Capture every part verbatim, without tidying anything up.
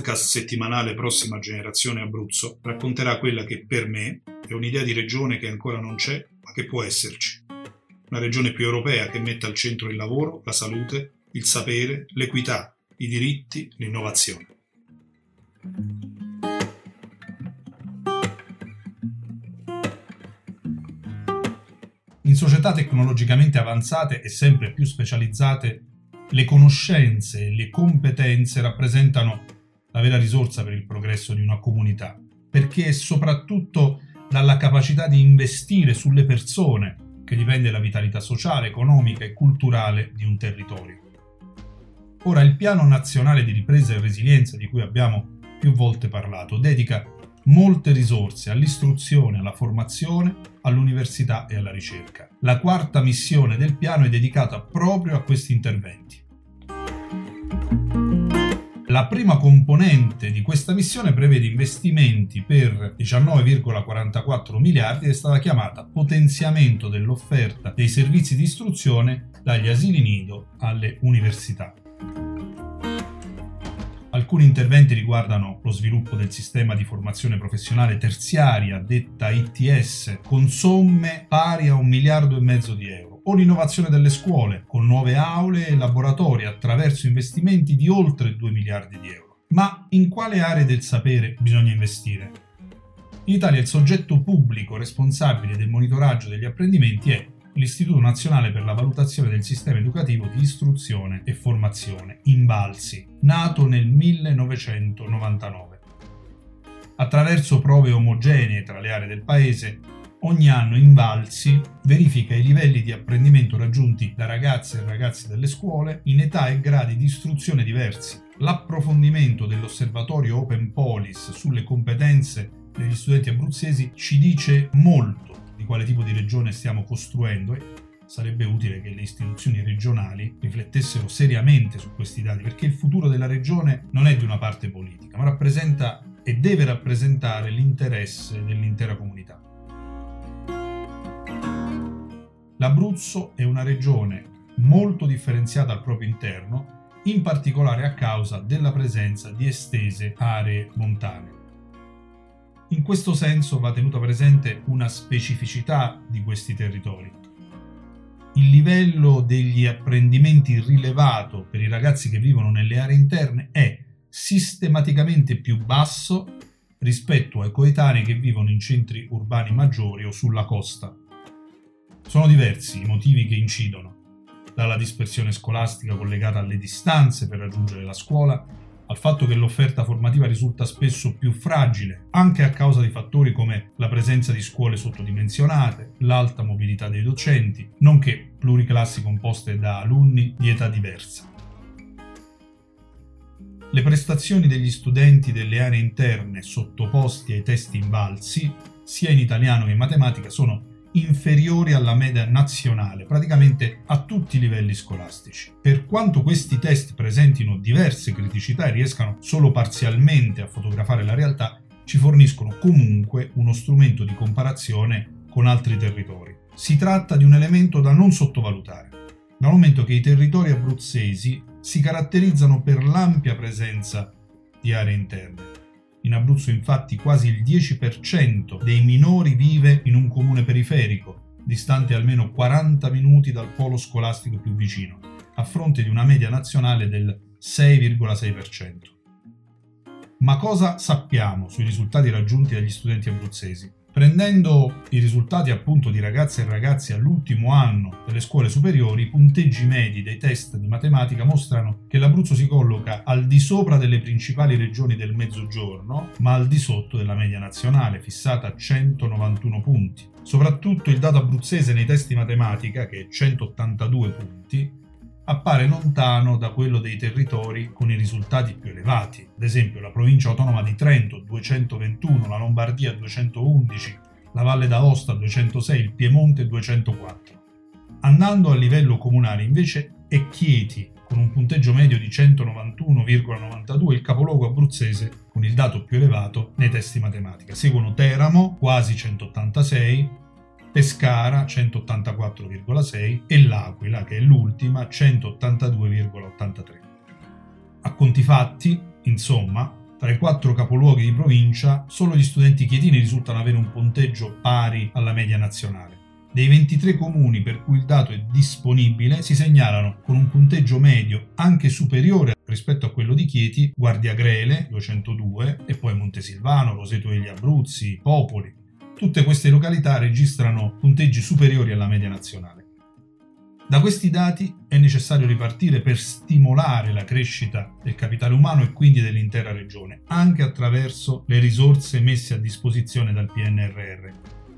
podcast settimanale Prossima Generazione Abruzzo racconterà quella che per me è un'idea di regione che ancora non c'è, ma che può esserci. Una regione più europea che metta al centro il lavoro, la salute, il sapere, l'equità, i diritti, l'innovazione. In società tecnologicamente avanzate e sempre più specializzate, le conoscenze e le competenze rappresentano la vera risorsa per il progresso di una comunità, perché è soprattutto dalla capacità di investire sulle persone che dipende la vitalità sociale, economica e culturale di un territorio. Ora, il Piano Nazionale di Ripresa e Resilienza, di cui abbiamo più volte parlato, dedica molte risorse all'istruzione, alla formazione, all'università e alla ricerca. La quarta missione del piano è dedicata proprio a questi interventi. La prima componente di questa missione prevede investimenti per diciannove virgola quarantaquattro miliardi ed è stata chiamata potenziamento dell'offerta dei servizi di istruzione dagli asili nido alle università. Alcuni interventi riguardano lo sviluppo del sistema di formazione professionale terziaria, detta I T S, con somme pari a un miliardo e mezzo di euro, o l'innovazione delle scuole, con nuove aule e laboratori attraverso investimenti di oltre due miliardi di euro. Ma in quale aree del sapere bisogna investire? In Italia il soggetto pubblico responsabile del monitoraggio degli apprendimenti è l'Istituto Nazionale per la Valutazione del Sistema Educativo di Istruzione e Formazione, INVALSI, nato nel millenovecentonovantanove. Attraverso prove omogenee tra le aree del paese, ogni anno INVALSI verifica i livelli di apprendimento raggiunti da ragazze e ragazzi delle scuole in età e gradi di istruzione diversi. L'approfondimento dell'osservatorio Open Polis sulle competenze degli studenti abruzzesi ci dice molto di quale tipo di regione stiamo costruendo e sarebbe utile che le istituzioni regionali riflettessero seriamente su questi dati, perché il futuro della regione non è di una parte politica, ma rappresenta e deve rappresentare l'interesse dell'intera comunità. L'Abruzzo è una regione molto differenziata al proprio interno, in particolare a causa della presenza di estese aree montane. In questo senso va tenuta presente una specificità di questi territori. Il livello degli apprendimenti rilevato per i ragazzi che vivono nelle aree interne è sistematicamente più basso rispetto ai coetanei che vivono in centri urbani maggiori o sulla costa. Sono diversi i motivi che incidono, dalla dispersione scolastica collegata alle distanze per raggiungere la scuola, al fatto che l'offerta formativa risulta spesso più fragile, anche a causa di fattori come la presenza di scuole sottodimensionate, l'alta mobilità dei docenti, nonché pluriclassi composte da alunni di età diversa. Le prestazioni degli studenti delle aree interne sottoposti ai test INVALSI, sia in italiano che in matematica, sono inferiori alla media nazionale, praticamente a tutti i livelli scolastici. Per quanto questi test presentino diverse criticità e riescano solo parzialmente a fotografare la realtà, ci forniscono comunque uno strumento di comparazione con altri territori. Si tratta di un elemento da non sottovalutare, dal momento che i territori abruzzesi si caratterizzano per l'ampia presenza di aree interne. In Abruzzo, infatti, quasi il dieci per cento dei minori vive in un comune periferico, distante almeno quaranta minuti dal polo scolastico più vicino, a fronte di una media nazionale del sei virgola sei per cento. Ma cosa sappiamo sui risultati raggiunti dagli studenti abruzzesi? Prendendo i risultati appunto di ragazze e ragazzi all'ultimo anno delle scuole superiori, i punteggi medi dei test di matematica mostrano che l'Abruzzo si colloca al di sopra delle principali regioni del Mezzogiorno, ma al di sotto della media nazionale, fissata a centonovantuno punti. Soprattutto il dato abruzzese nei test di matematica, che è centottantadue punti, appare lontano da quello dei territori con i risultati più elevati. Ad esempio la provincia autonoma di Trento duecentoventuno, la Lombardia duecentoundici, la Valle d'Aosta duecentosei, il Piemonte duecentoquattro. Andando a livello comunale invece è Chieti, con un punteggio medio di centonovantuno virgola novantadue, il capoluogo abruzzese con il dato più elevato nei test di matematica. Seguono Teramo, quasi centottantasei, Pescara centottantaquattro virgola sei e l'Aquila, che è l'ultima, centottantadue virgola ottantatré. A conti fatti, insomma, Tra i quattro capoluoghi di provincia, solo gli studenti chietini risultano avere un punteggio pari alla media nazionale. Dei ventitré comuni per cui il dato è disponibile si segnalano con un punteggio medio anche superiore rispetto a quello di Chieti Guardiagrele duecentodue e poi Montesilvano, Roseto degli Abruzzi, Popoli. Tutte queste località registrano punteggi superiori alla media nazionale. Da questi dati è necessario ripartire per stimolare la crescita del capitale umano e quindi dell'intera regione, anche attraverso le risorse messe a disposizione dal P N R R.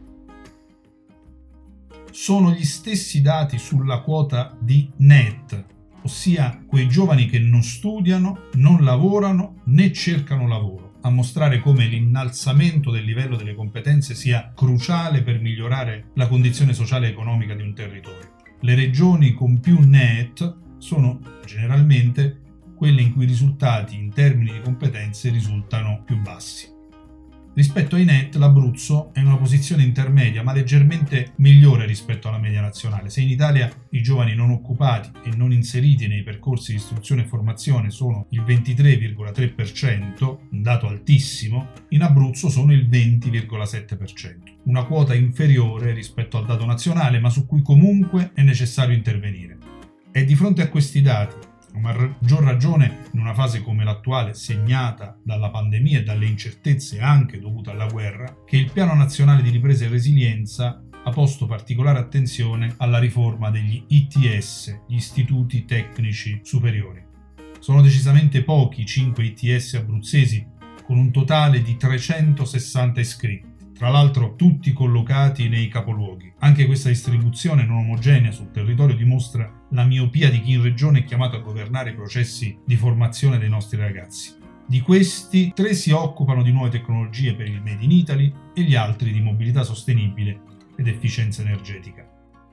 Sono gli stessi dati sulla quota di N E E T, ossia quei giovani che non studiano, non lavorano né cercano lavoro, a mostrare come l'innalzamento del livello delle competenze sia cruciale per migliorare la condizione sociale e economica di un territorio. Le regioni con più N E E T sono generalmente quelle in cui i risultati in termini di competenze risultano più bassi. Rispetto ai N E E T, l'Abruzzo è in una posizione intermedia, ma leggermente migliore rispetto alla media nazionale. Se in Italia i giovani non occupati e non inseriti nei percorsi di istruzione e formazione sono il ventitré virgola tre per cento, un dato altissimo, in Abruzzo sono il venti virgola sette per cento. Una quota inferiore rispetto al dato nazionale, ma su cui comunque è necessario intervenire. È di fronte a questi dati, a maggior ragione in una fase come l'attuale segnata dalla pandemia e dalle incertezze anche dovute alla guerra, che il Piano Nazionale di Ripresa e Resilienza ha posto particolare attenzione alla riforma degli I T S, gli Istituti Tecnici Superiori. Sono decisamente pochi i cinque I T S abruzzesi, con un totale di trecentosessanta iscritti, tra l'altro tutti collocati nei capoluoghi. Anche questa distribuzione non omogenea sul territorio dimostra la miopia di chi in regione è chiamato a governare i processi di formazione dei nostri ragazzi. Di questi, tre si occupano di nuove tecnologie per il Made in Italy e gli altri di mobilità sostenibile ed efficienza energetica.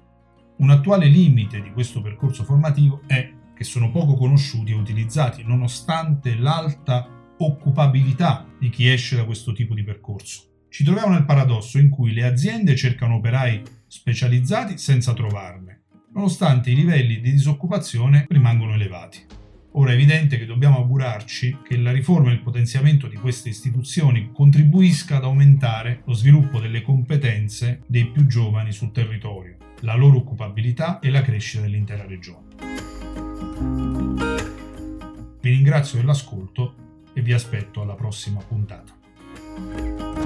Un attuale limite di questo percorso formativo è che sono poco conosciuti e utilizzati, nonostante l'alta occupabilità di chi esce da questo tipo di percorso. Ci troviamo nel paradosso in cui le aziende cercano operai specializzati senza trovarne, nonostante i livelli di disoccupazione rimangono elevati. Ora è evidente che dobbiamo augurarci che la riforma e il potenziamento di queste istituzioni contribuisca ad aumentare lo sviluppo delle competenze dei più giovani sul territorio, la loro occupabilità e la crescita dell'intera regione. Vi ringrazio dell'ascolto e vi aspetto alla prossima puntata.